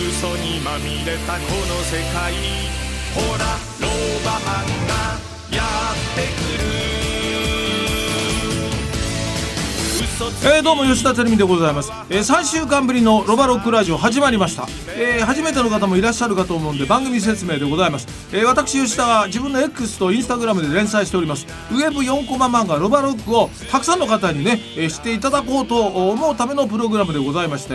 嘘にまみれたこの世界、ほらローバマンがやってくる。 どうも吉田照美でございます。3週間ぶりのロバロックラジオ始まりました。初めての方もいらっしゃるかと思うんで番組説明でございます。私吉田は自分の X と Instagram で連載しておりますウェブ4コマ漫画ロバロックをたくさんの方にね、知っていただこうと思うためのプログラムでございまして、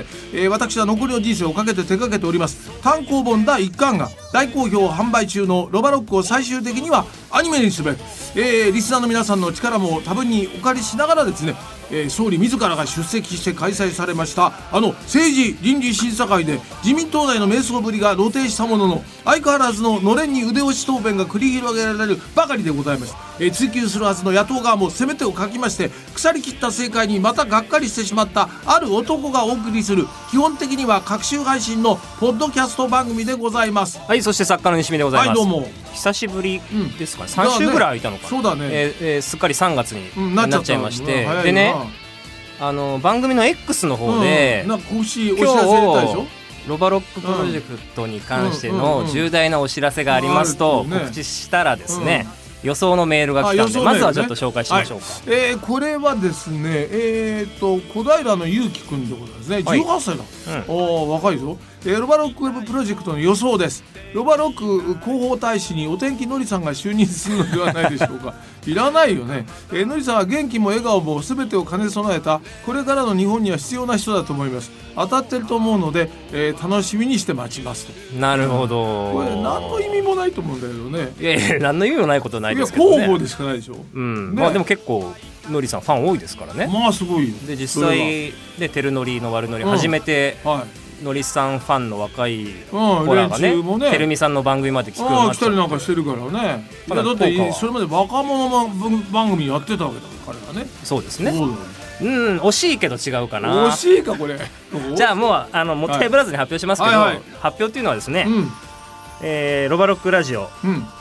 私は残りの人生をかけて手掛けております単行本第1巻が大好評販売中のロバロックを最終的にはアニメにすべく、リスナーの皆さんの力も多分にお借りしながらですね、総理自らが出席して開催されました政治倫理審査会で自民党内の迷走ぶりが露呈したものの、相変わらずののれんに腕押し答弁が繰り広げられるばかりでございます。追及するはずの野党側も攻め手をかきまして、腐りきった政界にまたがっかりしてしまったある男がお送りする基本的には各週配信のポッドキャスト番組でございます。 はい、そして作家の西見でございます。 はい、どうも久しぶりですかね、3週ぐらい空いたのかな。 そうだね、 すっかり3月になっちゃいまして、 早いな。 でね、番組の X の方で、 なんかお知らせ入れたでしょ。 ロバロックプロジェクトに関しての重大なお知らせがありますと告知したらですね、予想のメールが来たんで、まずはちょっと紹介しましょうか。 これはですね、小平のゆうきくんでございますね。18歳だ、若いぞ。ロバロックウェブプロジェクトの予想です。ロバロック広報大使にお天気のりさんが就任するのではないでしょうか。いらないよね。のりさんは元気も笑顔も全てを兼ね備えたこれからの日本には必要な人だと思います。当たってると思うので、楽しみにして待ちますと。 なるほど。 これ何の意味もないと思うんだけどね。 いやいや、何の意味もないことないですけどね。 広報でしかないでしょ。 まあでも結構のりさんファン多いですからね。 まあすごいよ。 で実際でてるのりの悪のり初めて、のりさんファンの若い子らがね、てるみさんの番組まで聞くようになっちゃって、 来たりなんかしてるからね。だってそれまで若者番組やってたわけだから彼がね。 そうですね。惜しいけど違うかな。 惜しいかこれ。 じゃあもうもったいぶらずに発表しますけど、発表っていうのはですね、ロバロックラジオ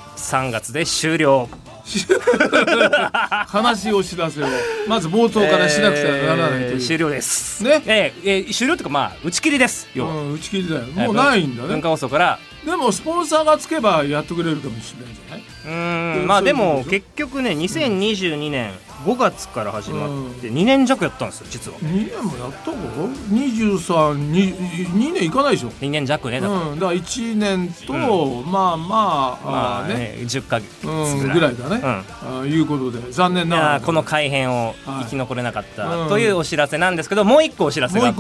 3月で終了。 悲しいお知らせをまず冒頭からしなくてはならないという、 終了ですね。 終了というか、まあ打ち切りです。 打ち切りだよ。もうないんだね。 文化放送から。 でもスポンサーがつけばやってくれるかもしれないんじゃない。 まあでも結局ね、2022年5月から始まって2年弱やったんですよ実は。 2年もやったの？2年いかないでしょ。 2年弱ね。だから 1年と、まあね、 10ヶ月ぐらいだね、いうことで残念ながらこの改編を生き残れなかったというお知らせなんですけど、もう一個お知らせがあって、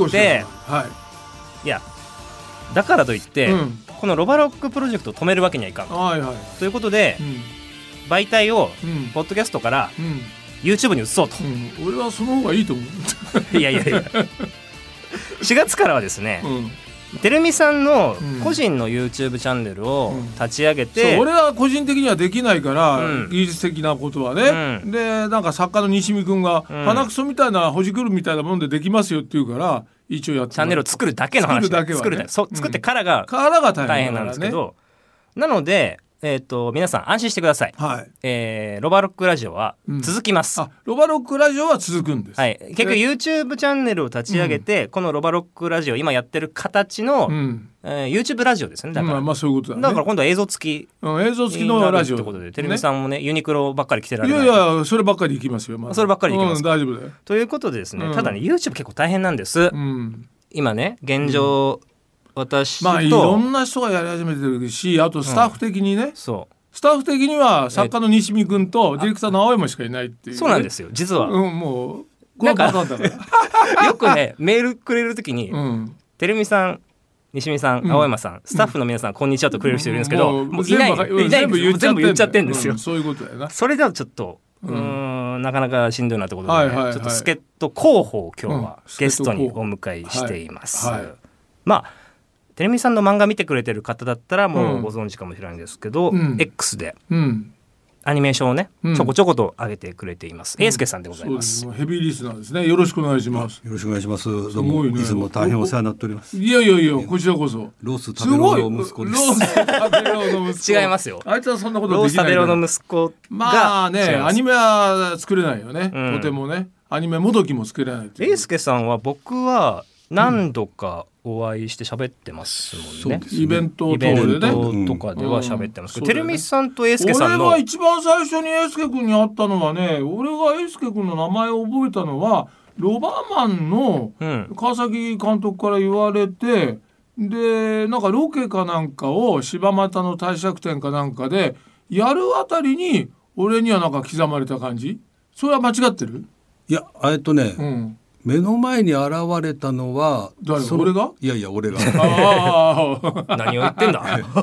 いやだからといって、このロバロックプロジェクトを止めるわけにはいかんということで、媒体をポッドキャストから、YouTube に移そうと、 俺はその方がいいと思う。 いや4月からはですね、てるみさんの個人の YouTube チャンネルを立ち上げて、 俺は個人的にはできないから、技術的なことはね、でなんか作家の西見くんが、鼻くそみたいなほじくるみたいなもんでできますよって言うから一応やってチャンネルを作るだけの話、作ってからが大変なんですけど、なので皆さん安心してください。ロバロックラジオは続きます。 ロバロックラジオは続くんです。 結局 YouTube チャンネルを立ち上げて、このロバロックラジオ今やってる形の、YouTube ラジオですね。だからそういうことだね。 だから今度は映像付きのラジオってことで、てるみさんもねユニクロばっかり着てられない。 いやそればっかり行きますよ。 そればっかり行きます。 大丈夫だよ。 ということでですね、ただね YouTube 結構大変なんです。今ね現状、私といろんな人がやり始めてるし、あとスタッフ的にね、スタッフ的には作家の西見君とディレクターの青山しかいないっていう、 そうなんですよ実は。 もうなんかよくねメールくれるときに、てるみさん西見さん、青山さん、スタッフの皆さん、こんにちはとくれる人いるんですけど、もういない全部言っちゃってんですよ。 そういうことだよな。 それではちょっとなかなかしんどいなってことで、ちょっと助っ人候補を今日はゲストにお迎えしています。まあてるみさんの漫画見てくれてる方だったらもうご存知かもしれないんですけど、X でアニメーションをね、ちょこちょこと上げてくれています、英介さんでございます。 ヘビーリスナーですね。よろしくお願いします。 よろしくお願いします。どうもいつも大変お世話になっております。 いやこちらこそ。 ロース食べろの息子です。 ロース食べろの息子違いますよ。 あいつはそんなことできない。 ロース食べろの息子がまあね、アニメは作れないよね、とてもね。アニメもどきも作れない。 英介さんは僕は何度かお会いして喋ってますもんね。 イベントとかでは喋ってますけど、テレミさんと英介さんの俺が一番最初に英介君に会ったのはね、俺が英介君の名前を覚えたのはロバーマンの川崎監督から言われて、でなんかロケかなんかを柴又の帝釈天かなんかでやるあたりに俺にはなんか刻まれた感じ。それは間違ってる？ いや目の前に現れたのは誰？俺が？ いや俺が何を言ってんだ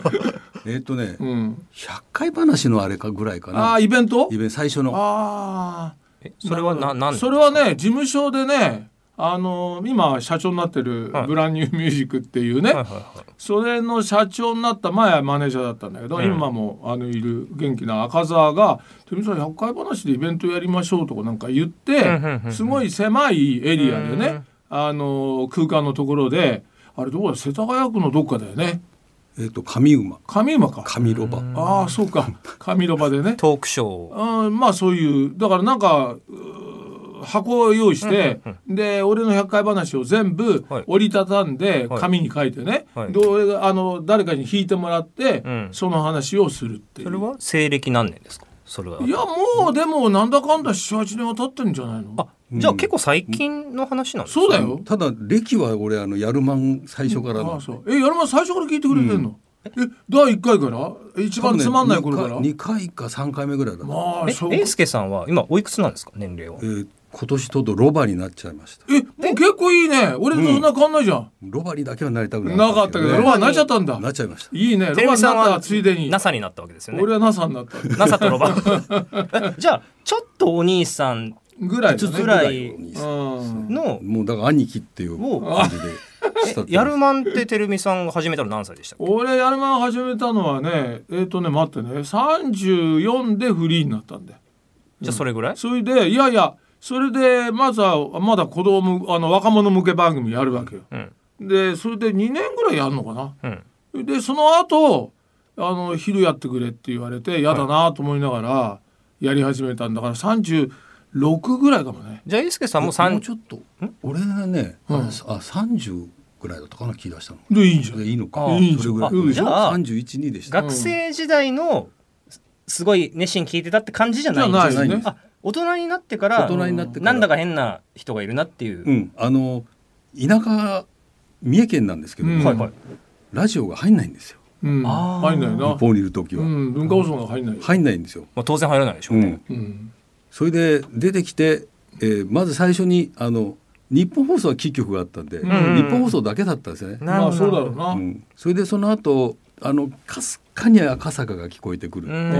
100回話のあれかぐらいかな。 イベント最初の。 それは何？ それはね、事務所でね、今社長になってるブランニューミュージックっていうね、それの社長になった前はマネージャーだったんだけど、今もいる元気な赤澤がテレミさん100回話でイベントやりましょうとかなんか言って、すごい狭いエリアでね、空間のところで、あれどこだ、世田谷区のどっかだよね。 上馬か上ロバ。 そうか、上ロバでねトークショー、 まあそういうだからなんか箱を用意して、で俺の100回話を全部折りたたんで紙に書いてね、で俺が誰かに引いてもらって、その話をするっていう。 それは西暦何年ですか？それは。 いやもうでもなんだかんだ 7,8 年は経ってるんじゃないの？ じゃあ結構最近の話なんですか？ そうだよ。 ただ歴は俺ヤルマン最初からヤルマン最初から聞いてくれてんの？第1回から一番つまんない頃から 2回か3回目ぐらいだ。 英介さんは今おいくつなんですか？年齢は。 今年とうとうロバになっちゃいました。 もう結構いいね。俺とそんな変わんないじゃん。 ロバにだけはなりたくなかったけど、ロバになっちゃったんだ。 なっちゃいました。 いいね。ロバになったついでに NASA になったわけですよね。 俺は NASA になった。 NASA とロバじゃあちょっとお兄さんぐらいのもうだから兄貴っていう感じでヤルマンってテレミさんが始めたの何歳でしたっけ？ 俺ヤルマン始めたのはね、待ってね、34でフリーになったんで。 じゃあそれぐらい？ それでそれでまずはまだ子供若者向け番組やるわけよ。でそれで2年ぐらいやるのかな。でその後昼やってくれって言われて嫌だなと思いながらやり始めたんだから36ぐらいかもね。 じゃあ英介さんももうちょっと俺がね、30ぐらいだったかな、気がしたので。いいじゃん。 いいのか。 いいじゃん。 じゃあ 31、2でした。 学生時代のすごい熱心聞いてたって感じじゃないんですね。大人になってからなんだか変な人がいるなっていう。 田舎三重県なんですけど、ラジオが入んないんですよ。 入んないな。 日本にいる時は文化放送が入んないんですよ。 当然入らないでしょうね。 それで出てきて、まず最初に日本放送はキー局があったんで、日本放送だけだったんですよね。 まあそうだろうな。 それでその後かすかに赤坂が聞こえてくるっていう。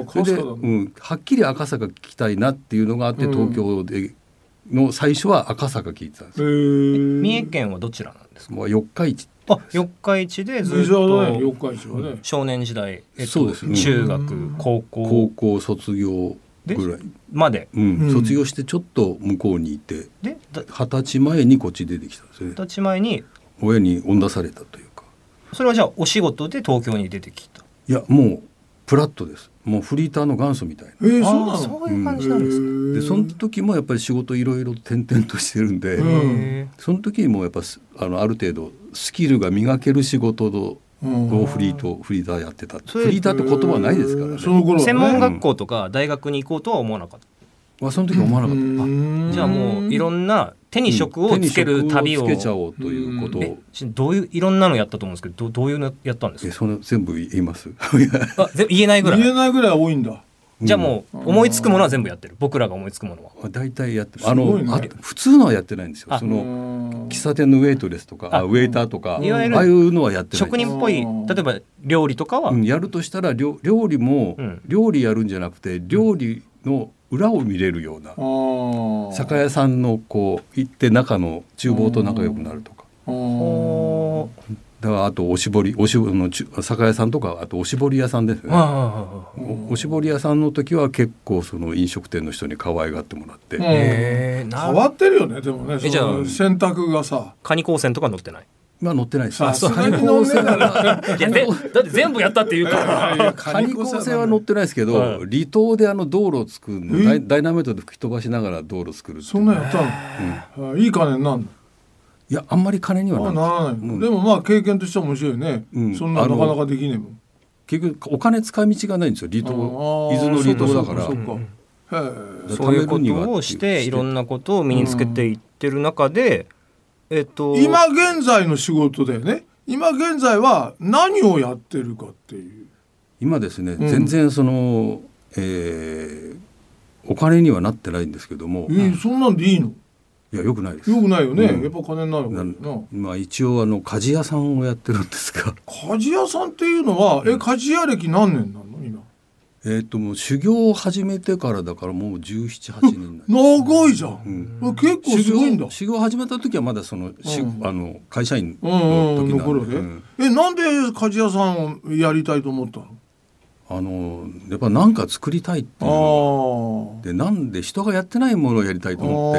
それではっきり赤坂聞きたいなっていうのがあって、東京での最初は赤坂聞いてたんですよ。 三重県はどちらなんですか？ 四日市。 四日市でずっと少年時代、中学高校卒業ぐらいまで、 卒業してちょっと向こうにいて、20歳前にこっち出てきたんですね。 20歳前に親に追ん出されたというか。 それはじゃあお仕事で東京に出てきた？ いやもうプラットです。もうフリーターの元祖みたいな。 そういう感じなんですか。 でその時もやっぱり仕事いろいろ転々としてるんで、その時にもやっぱある程度スキルが磨ける仕事をフリーターやってた。フリーターって言葉はないですからね。 専門学校とか大学に行こうとは思わなかった。 その時は思わなかった。 じゃあもういろんな手に職をつける旅をつけちゃおうということを。 どういういろんなのやったと思うんですけど、どういうのやったんですか？ その全部言います。 言えないぐらい多いんだ。 じゃあもう思いつくものは全部やってる。僕らが思いつくものは大体やってる。普通のはやってないんですよ。その喫茶店のウェイトレスとかウェイターとか、 いわゆるああいうのはやってない。 職人っぽい、例えば料理とかはやるとしたら料理も料理やるんじゃなくて、料理の裏を見れるような酒屋さんのこう行って中の厨房と仲良くなるとか。だからあとおしぼりの酒屋さんとか、あとおしぼり屋さんですね。おしぼり屋さんの時は結構その飲食店の人に可愛がってもらって。 変わってるよね。でもね、 じゃあ選択がさ、 カニ高専とか乗ってない？ 乗ってないです。 カニ高専だって全部やったっていうからカニ高専は乗ってないですけど、離島で道路を作るの、ダイナマイトで吹き飛ばしながら道路作る。 そんなやったの？いい金になるの？ いやあんまり金にはならない。でもまあ経験としては面白いね、そんななかなかできねえもん。 結局お金使い道がないんですよ。離島伊豆の離島だから。 そういうことをしていろんなことを身につけていってる中で、 今現在の仕事だよね。今現在は何をやってるかっていう。 今ですね、全然その、お金にはなってないんですけども、 そんなんでいいの？ いやよくないです。 よくないよね、やっぱ金になるわけな。 まあ一応鍛冶屋さんをやってるんですが。 鍛冶屋さんっていうのは鍛冶屋歴何年なの今？ もう修行を始めてからだからもう17、8年長いじゃん、結構すごいんだ。 修行を始めた時はまだその、会社員の時なんで、 なんで鍛冶屋さんをやりたいと思ったの？ やっぱ何か作りたいっていうので、なんで人がやってないものをやりたいと思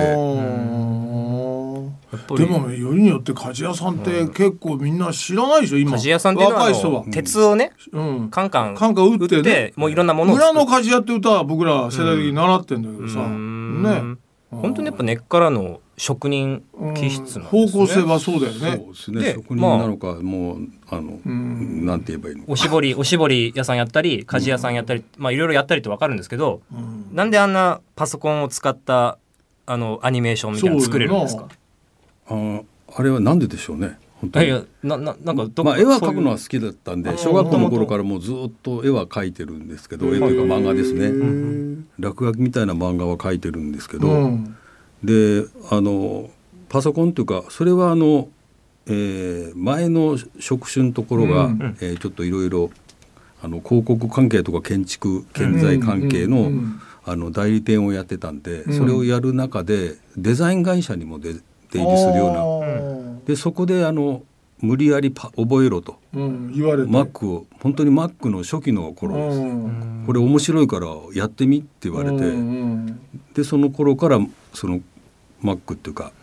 って。でもよりによって鍛冶屋さんって結構みんな知らないでしょ今。 鍛冶屋さんっていうのは若い人は鉄をね、カンカン打ってね、もういろんなものを村の鍛冶屋って歌は僕ら世代的に習ってんだけどさ、ね、 本当にやっぱ根っからの職人気質なんですね。 方向性はそうだよね。 そうですね。職人なのか、もうなんて言えばいいのか。 おしぼり屋さんやったり鍛冶屋さんやったり、まあいろいろやったりって分かるんですけど、なんであんなパソコンを使ったアニメーションみたいなの作れるんですか？ あれはなんででしょうね。本当に。 なんか絵は描くのは好きだったんで、小学校の頃からもうずっと絵は描いてるんですけど、絵というか漫画ですね。落書きみたいな漫画は描いてるんですけど。でパソコンというかそれは前の職種のところが、ちょっといろいろ広告関係とか建築建材関係の、代理店をやってたんで、それをやる中でデザイン会社にも出入りするようなで、そこで無理やり覚えろと、 言われて、 Mac を本当に Mac の初期の頃です、これ面白いからやってみって言われて、でその頃からそのMac っていうか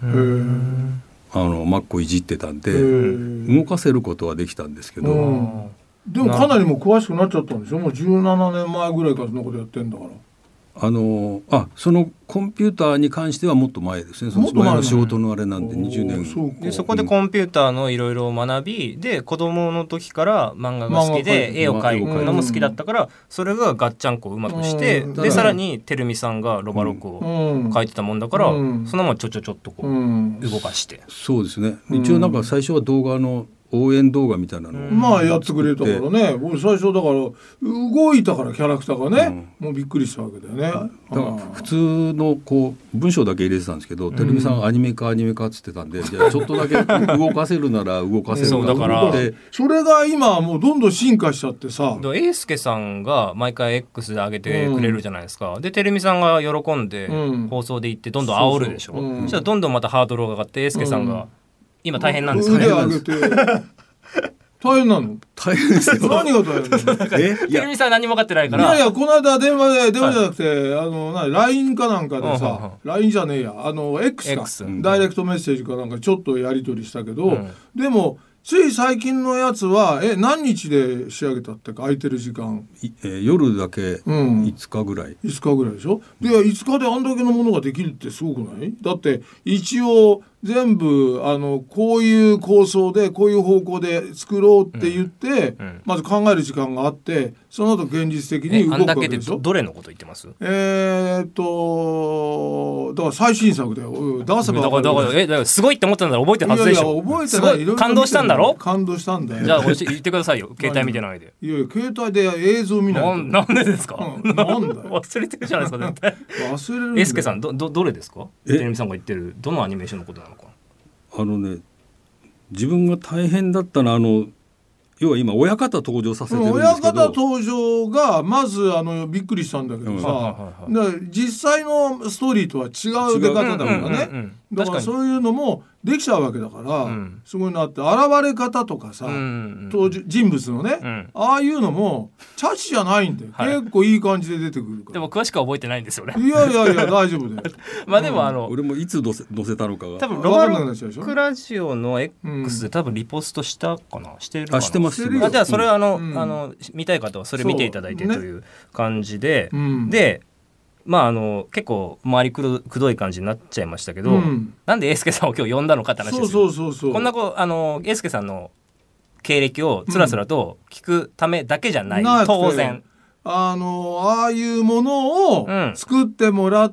Mac をいじってたんで動かせることはできたんですけど、 でもかなりもう詳しくなっちゃったんでしょ。もう17年前ぐらいからそのことやってんだから。 そのコンピューターに関してはもっと前ですね。その前の仕事のあれなんで20年で、そこでコンピューターのいろいろ学びで、子供の時から漫画が好きで絵を描くのも好きだったから、それがガッチャンコうまくして、でさらにてるみさんがロバロックを描いてたもんだから、そのままちょっとこう動かして、 そうですね。一応なんか最初は動画の応援動画みたいなのをまあやってくれたからね。僕最初だから動いたからキャラクターがね、もうびっくりしたわけだよね。 だから普通のこう文章だけ入れてたんですけど、てるみさんがアニメ化っつってたんで、じゃあちょっとだけ動かせるなら動かせるそうだからそれが今もうどんどん進化しちゃってさ。 英介さんが毎回 X で上げてくれるじゃないですか。でてるみさんが喜んで放送で言ってどんどん煽るでしょ。そしたらどんどんまたハードルが上がって、英介さんが今大変なんですよね。 腕上げて大変なの？ 大変ですよ。 何が大変なの？ てるみさん何も分かってないから。 いやこの間電話じゃなくて、LINE かなんかでさ、LINE じゃねえやX か、ダイレクトメッセージかなんかちょっとやり取りしたけど、でもつい最近のやつは何日で仕上げたってか、空いてる時間夜だけ5日ぐらい、 5日ぐらいでしょ。で5日であんだけのものができるってすごくない？だって一応全部こういう構想でこういう方向で作ろうって言って、まず考える時間があって、その後現実的に動くわけでしょ。 どれのこと言ってます？ だから最新作だよ。出せばだからすごいって思ったんだら覚えてるはずでしょ。 いや覚えてない。 感動したんだろ？感動したんだよ。 じゃあ言ってくださいよ。携帯見てないで。 いや携帯で映像見ないと。 なんでですか？ なんだよ。 忘れてるじゃないですか絶対。 忘れるんだよ。 エスケさんどれですか？てるみさんが言ってるどのアニメーションのことなのか。 自分が大変だったのは要は今親方登場させてるんですけど、 親方登場がまずびっくりしたんだけどさ、実際のストーリーとは違う出方だからね。だからそういうのもできちゃうわけだから、すごいなって。現れ方とかさ、人物のね、ああいうのもチャチじゃないんだよ。結構いい感じで出てくるから。 でも詳しくは覚えてないんですよね。 いや大丈夫だよ。 まあでも俺もいつ載せたのかが多分ロバロックラジオの X で多分リポストしたかな、してるかな。 してます。 じゃあそれ見たい方はそれ見ていただいてという感じで、で結構周りくどい感じになっちゃいましたけど、なんで英介さんを今日呼んだのかって話ですよ。こんな英介さんの経歴をつらつらと聞くためだけじゃない、当然ああいうものを作ってもらって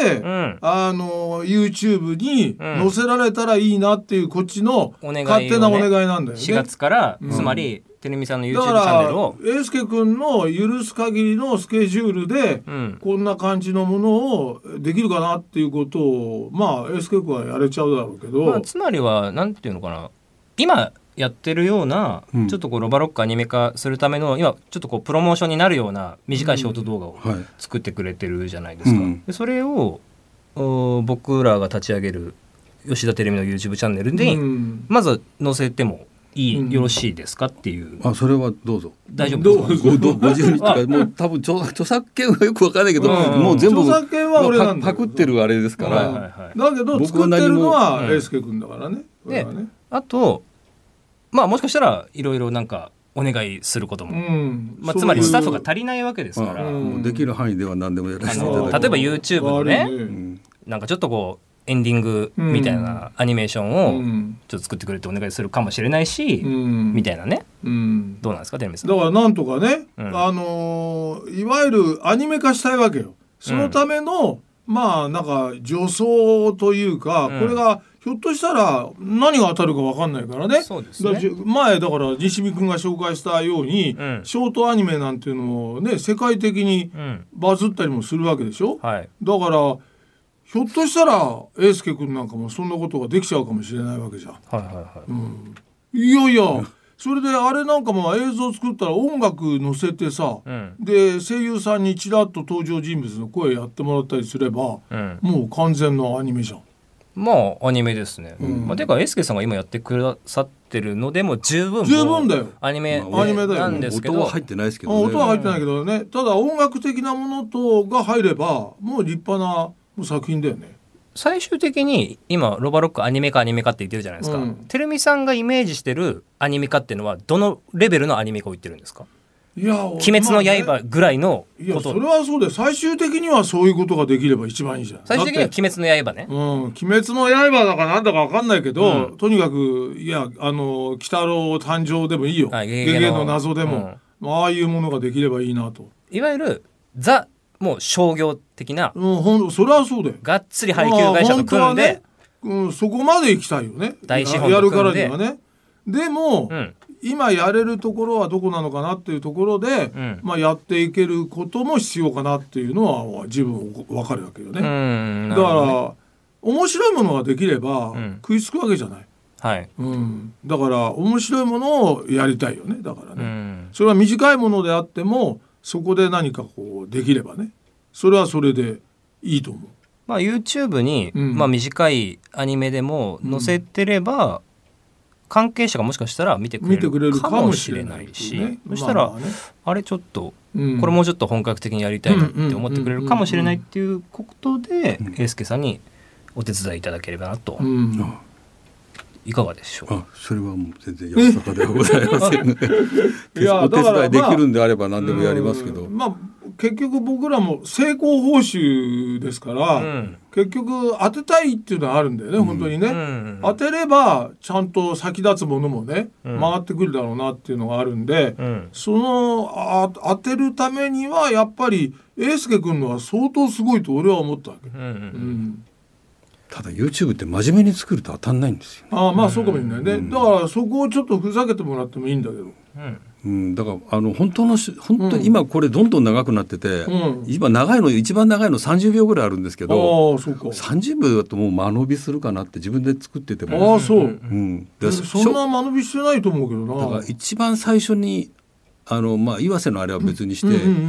、YouTube に載せられたらいいなっていうこっちの勝手なお願いなんだよね。 4月から、つまりてるみさんの YouTube チャンネルを英介くんの許す限りのスケジュールで、こんな感じのものをできるかなっていうことを英介くんはやれちゃうだろうけど、 つまりはなんていうのかな、今やってるような、ちょっとロバロックアニメ化するための今ちょっとプロモーションになるような短いショート動画を作ってくれてるじゃないですか、でそれを僕らが立ち上げる吉田テレビの YouTube チャンネルに、まず載せてもよろしいですかっていう。 それはどうぞ。 大丈夫ですか。 ご自由にってもう多分著作権はよく分からないけど、もう全部著作権は俺なんだパクってるあれですから、 だけど作ってるのは英介くんだからね。 であともしかしたらいろいろなんかお願いすることも、つまりスタッフが足りないわけですから、 できる範囲では何でもやらせていただきます。 例えば YouTube のね、なんかちょっとエンディングみたいなアニメーションをちょっと作ってくれってお願いするかもしれないし、みたいなね、どうなんですかテレビさん。 だからなんとかね、いわゆるアニメ化したいわけよ。そのための、なんか助走というか、これがひょっとしたら何が当たるか分かんないからね。 そうですね。 前だから西見くんが紹介したように、ショートアニメなんていうのをね世界的にバズったりもするわけでしょ、だからひょっとしたら英介くんなんかもそんなことができちゃうかもしれないわけじゃん。いやいやそれであれなんかも映像作ったら音楽載せてさ、で声優さんにちらっと登場人物の声やってもらったりすれば、もう完全なアニメじゃん。 アニメですね。てか英介さんが今やってくださってるのでも十分だよ。 アニメなんですけど、 音は入ってないですけどね。 音は入ってないけどね。ただ音楽的なものとが入ればもう立派な作品だよね。 最終的に今ロバロックアニメ化って言ってるじゃないですか。てるみさんがイメージしてるアニメ化っていうのはどのレベルのアニメ化を言ってるんですか。 いや鬼滅の刃ぐらいのこと。 いやそれはそうで最終的にはそういうことができれば一番いいじゃん。 最終的には鬼滅の刃ね。 鬼滅の刃だかなんだか分かんないけど、とにかく鬼太郎誕生でもいいよ。ゲゲの謎でも、ああいうものができればいいなと。 いわゆるもう商業的な、 それはそうだよ。 がっつり配給会社と組んで、 そこまで行きたいよね。 大資本と組んでやるからにはね。でも、今やれるところはどこなのかなっていうところで、やっていけることも必要かなっていうのは自分分かるわけよね。だから面白いものができれば食いつくわけじゃない。だから面白いものをやりたいよね。だからね、それは短いものであってもそこで何かできればね、それはそれでいいと思う。 YouTube に、短いアニメでも載せてれば、関係者がもしかしたら見てくれるかもしれないし、そしたら、あれちょっと、これもうちょっと本格的にやりたいなって思ってくれるかもしれないっていうことで、英介さんにお手伝いいただければなと。いかがでしょう。 それはもう全然やぶさかではございませんのでお手伝いできるんであれば何でもやりますけど、 結局僕らも成功報酬ですから、結局当てたいっていうのはあるんだよね、本当にね、当てればちゃんと先立つものもね、回ってくるだろうなっていうのがあるんで、その当てるためにはやっぱり英介君のは相当すごいと俺は思ったわけ。 ただ YouTube って真面目に作ると当たんないんですよね。 そうかもしれないね、だからそこをちょっとふざけてもらってもいいんだけど、 だから本当に今これどんどん長くなってて、今一番長いの30秒ぐらいあるんですけど、30秒だともう間延びするかなって自分で作ってても、 そんな間延びしてないと思うけどな。 だから一番最初に岩瀬のあれは別にして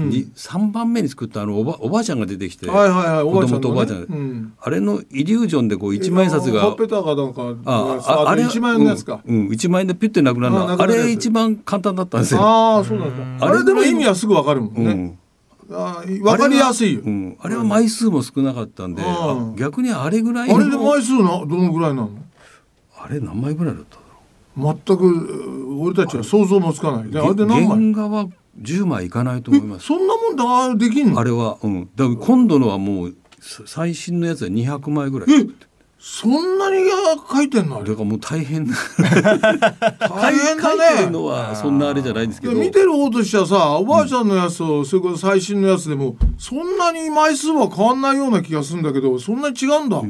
、3番目に作ったおばあちゃんが出てきて、子供とおばあちゃん、あれのイリュージョンで1万円札があれ1万円のやつか、 1万円でピュッてなくなるの、あれ一番簡単だったんですよ。 そうなんだ。あれでも意味はすぐ分かるもんね。分かりやすいよ。 あれは枚数も少なかったんで、逆にあれぐらいの。 あれで枚数どのぐらいなの？ あれ何枚ぐらいだった？ 全く俺たちは想像もつかない。であれで何枚？ 原画は 10枚いかないと思います。 そんなもんだできんの？ あれは、だから今度のはもう最新のやつは200枚ぐらい。 そんなに書いてんの？あれだからもう大変な大変だね。 書いてるのはそんなあれじゃないんですけど、 見てる方としてはさ、おばあちゃんのやつとそれこそ最新のやつでもそんなに枚数は変わんないような気がするんだけど、そんなに違うんだ。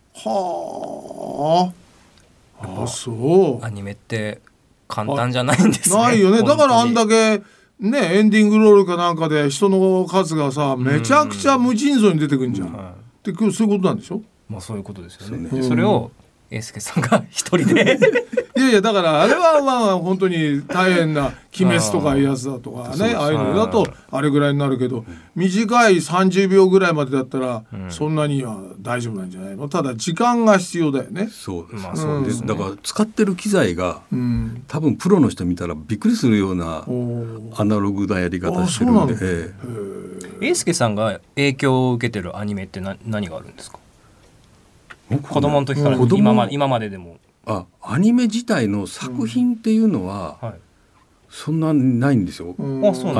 はあ、そう。 アニメって簡単じゃないんですね。 ないよね。だからあんだけね、エンディングロールかなんかで人の数がさ、めちゃくちゃ無尽蔵に出てくるんじゃん。で、今日そういうことなんでしょ？ まあそういうことですよね。それを英介さんが一人でいやいや、だからあれはまあ本当に大変な鬼滅とかいうやつだとかね、ああいうのだとあれぐらいになるけど、短い30秒ぐらいまでだったらそんなには大丈夫なんじゃないの？ただ時間が必要だよね。 そうです、そうです。だから使ってる機材が、多分プロの人見たらびっくりするようなアナログなやり方してるんで。 英介さんが影響を受けてるアニメって何があるんですか？子供の時から今まででも。 アニメ自体の作品っていうのはそんなないんですよ。細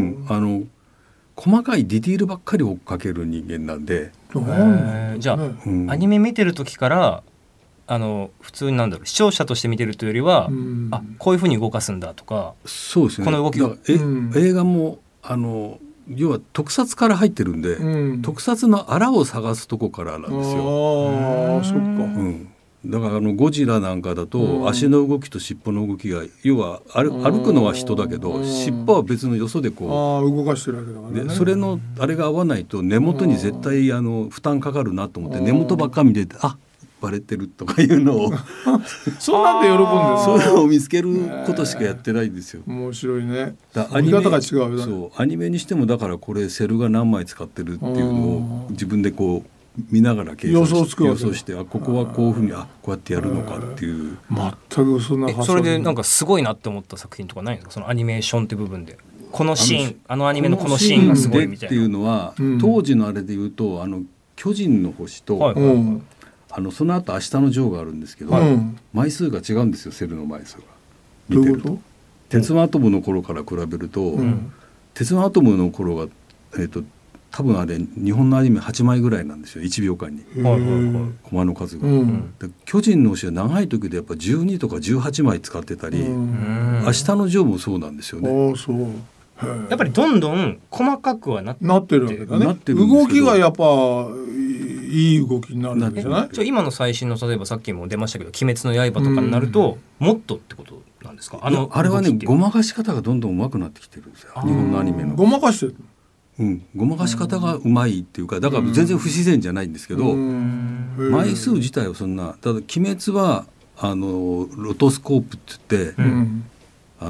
かいディティールばっかり追っかける人間なんで。 じゃあ、アニメ見てる時から普通に視聴者として見てるというよりは、こういう風に動かすんだとか。 そうですね。 この動きを映画も要は特撮から入ってるんで、特撮のあらを探すとこからなんですよ。 そっか。 だからゴジラなんかだと足の動きと尻尾の動きが要は歩くのは人だけど尻尾は別のよそで動かしてるわけだからね。 でそれのあれが合わないと根元に絶対負担かかるなと思って根元ばっか見ててバレてるとかいうのをそうなんで喜んでるそういうのを見つけることしかやってないんですよ。 面白いね。 見方が違う。 そうアニメにしてもだからこれセルが何枚使ってるっていうのを自分で見ながら計算して予想してここはこういうふうにこうやってやるのかっていう。 全くそんな発想。 それですごいなって思った作品とかないんですか？そのアニメーションって部分でこのシーンアニメのこのシーンがすごいみたいなっていうのは、当時のあれで言うと巨人の星と、その後明日のジョーがあるんですけど、枚数が違うんですよ。セルの枚数が見てると鉄腕アトムの頃から比べると、鉄腕アトムの頃が多分あれ日本のアニメ8枚ぐらいなんですよ。1秒間にコマの数が、巨人の星は長い時でやっぱ12とか18枚使ってたり、明日のジョーもそうなんですよね。 やっぱりどんどん細かくはなってるわけだね。動きがやっぱいい動きになるんじゃない？ 今の最新の例えばさっきも出ましたけど鬼滅の刃とかになると、もっとってことなんですか？ あれはねごまかし方がどんどん上手くなってきてるんですよ。日本のアニメのごまかしてる。 ごまかし方がうまいっていうか、だから全然不自然じゃないんですけど、枚数自体はそんな。ただ鬼滅はロトスコープって言って、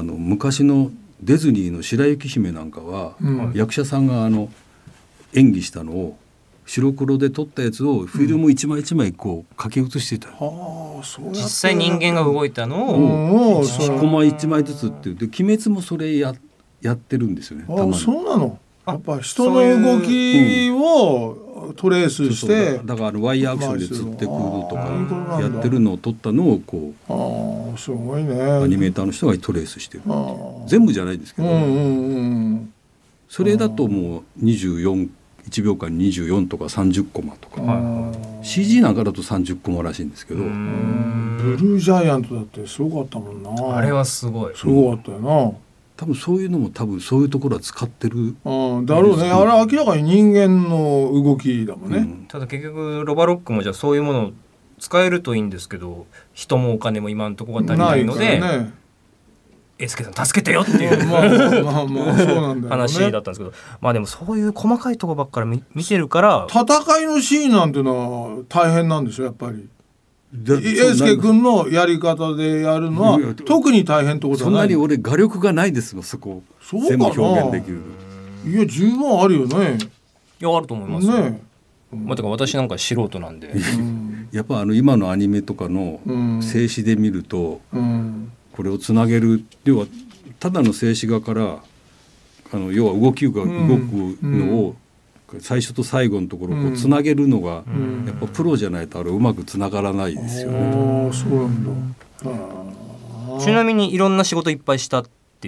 昔のディズニーの白雪姫なんかは、役者さんが演技したのを白黒で撮ったやつをフィルム一枚一枚書き写してた。 実際人間が動いたのをコマ一枚ずつって言って、鬼滅もそれやってるんですよね。たまに。 そうなの。やっぱ人の動きをトレースして、 だからワイヤーアクションで釣ってくるとかやってるのを撮ったのをすごいね。 アニメーターの人がトレースしてる。全部じゃないですけど、それだともう1秒間に24とか30コマとか、CG なんかだと30コマらしいんですけど、ブルージャイアントだってすごかったもんな。 あれはすごい。 すごかったよな。 多分そういうのもそういうところは使ってるだろうね。あれは明らかに人間の動きだもんね。 ただ結局ロバロックもじゃあそういうものを使えるといいんですけど、人もお金も今のところが足りないので、英介さん助けてよっていう話だったんですけど、でもそういう細かいところばっかり見てるから。 戦いのシーンなんていうのは大変なんでしょやっぱり。英介君のやり方でやるのは特に大変ってことはない。 そんなに俺画力がないですもん。そこ全部表現できる。 いや十分あるよね。 いやあると思いますよね。だから私なんか素人なんでやっぱ今のアニメとかの静止で見ると、これをつなげる、要はただの静止画から要は動きが動くのを最初と最後のところをつなげるのが、やっぱプロじゃないとあれうまくつながらないですよね。 そうなんだ。 ちなみにいろんな仕事いっぱいしたって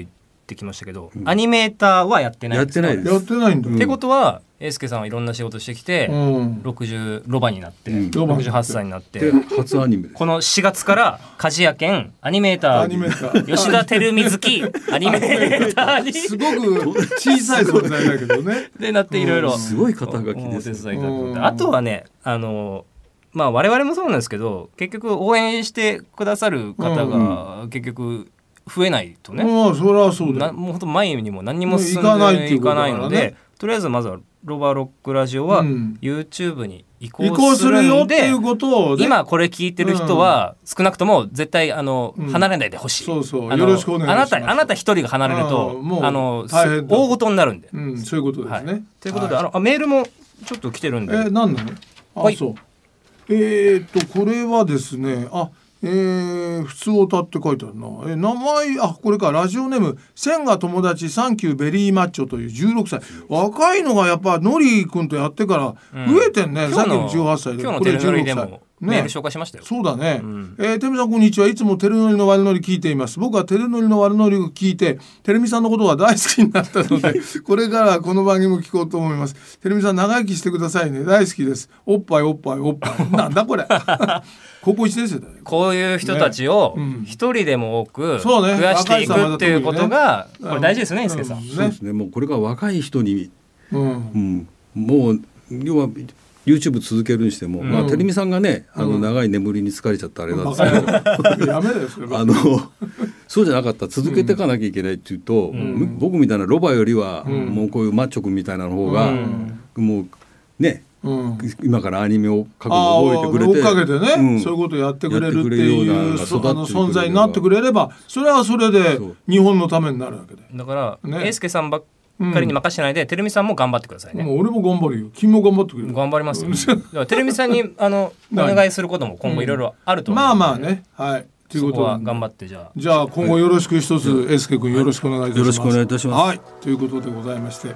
ってきましたけど、アニメーターはやってないんですか？ やってないんだ、 ってことは英介さんはいろんな仕事してきて、60ロバになって、68歳になって初アニメです。 この4月から鍛冶屋兼アニメーター吉田照美月アニメーターにすごく小さい存在だけどねでなっていろいろすごい肩書きです。 お手伝いいただく。あとはねまあ我々もそうなんですけど、結局応援してくださる方が結局増えないとね、 それはそうだよ。 もう本当前にも何にも進んでいかないので、とりあえずまずはロバロックラジオは YouTube に移行するんで、今これ聞いてる人は少なくとも絶対離れないでほしい。 そうそう、よろしくお願いします。 あなた一人が離れると大事になるんで、 そういうことですね。 ということでメールもちょっと来てるんで。 何なの？そう。これはですね、普通歌って書いてあるな。名前これか、ラジオネーム千が友達サンキューベリーマッチョという16歳。若いのがやっぱノリ君とやってから増えてんね。さっきの18歳で今日のテレノリでもメール紹介しましたよ。 そうだね。テレミさんこんにちは。いつもテレノリの悪ノリ聞いています。僕はテレノリの悪ノリを聞いてテレミさんのことが大好きになったのでこれからこの番組も聞こうと思います。テレミさん長生きしてくださいね。大好きです。おっぱいおっぱいおっぱいなんだこれ高校1年生だよ。 こういう人たちを一人でも多く増やしていくっていうことがこれ大事ですね、伊助さん。 そうですね。もうこれから若い人にもう要はYouTube 続けるにしても、テレミさんがね長い眠りに疲れちゃったあれなんですけどやめろよそれはそうじゃなかったら続けていかなきゃいけないっていうと、僕みたいなロバよりは、もうこういうマッチョ君みたいなの方が、もうね、今からアニメを描くのを覚えてくれて追っかけてね、そういうことをやってくれるっていう存在になってくれれば、それはそれで日本のためになるわけで。 だから英介さんばっかりに任せないで、テレミさんも頑張ってくださいね。 もう俺も頑張るよ。君も頑張ってくれる。 頑張りますよ。だからテレミさんにお願いすることも今後いろいろあると思う。 まあね、はい。ということは頑張ってじゃあ今後よろしく一つ英介君よろしくお願いいたします。 よろしくお願いいたします。 はい、ということでございまして、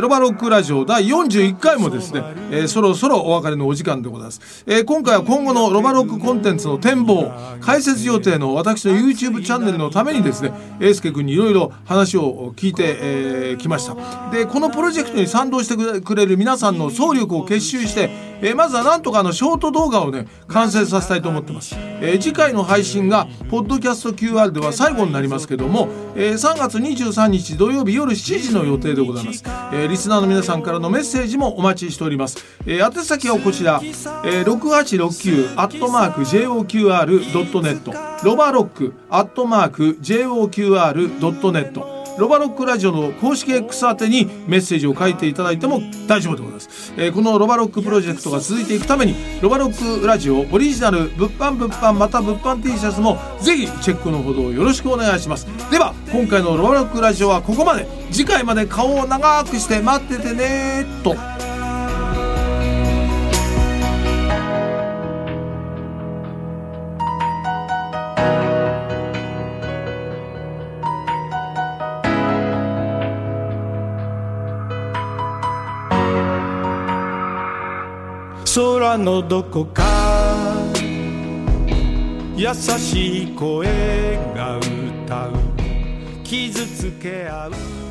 ロバロックラジオ第41回もですね、そろそろお別れのお時間でございます。今回は今後のロバロックコンテンツの展望、解説予定の私の YouTube チャンネルのためにですね、英介君にいろいろ話を聞いてきました。でこのプロジェクトに賛同してくれる皆さんの総力を結集して、まずはなんとかショート動画をね完成させたいと思ってます。次回の配信がポッドキャスト QR では最後になりますけども、3月23日土曜日夜7時の予定でございます。リスナーの皆さんからのメッセージもお待ちしております。宛先はこちら、6869@joqr.net ロバロック@joqr.netロバロックラジオの公式 X 宛てにメッセージを書いていただいても大丈夫でございます。このロバロックプロジェクトが続いていくためにロバロックラジオオリジナル物販また物販 T シャツもぜひチェックのほどよろしくお願いします。では今回のロバロックラジオはここまで。次回まで顔を長くして待っててねと。 空のどこか優しい声が歌う傷つけ合う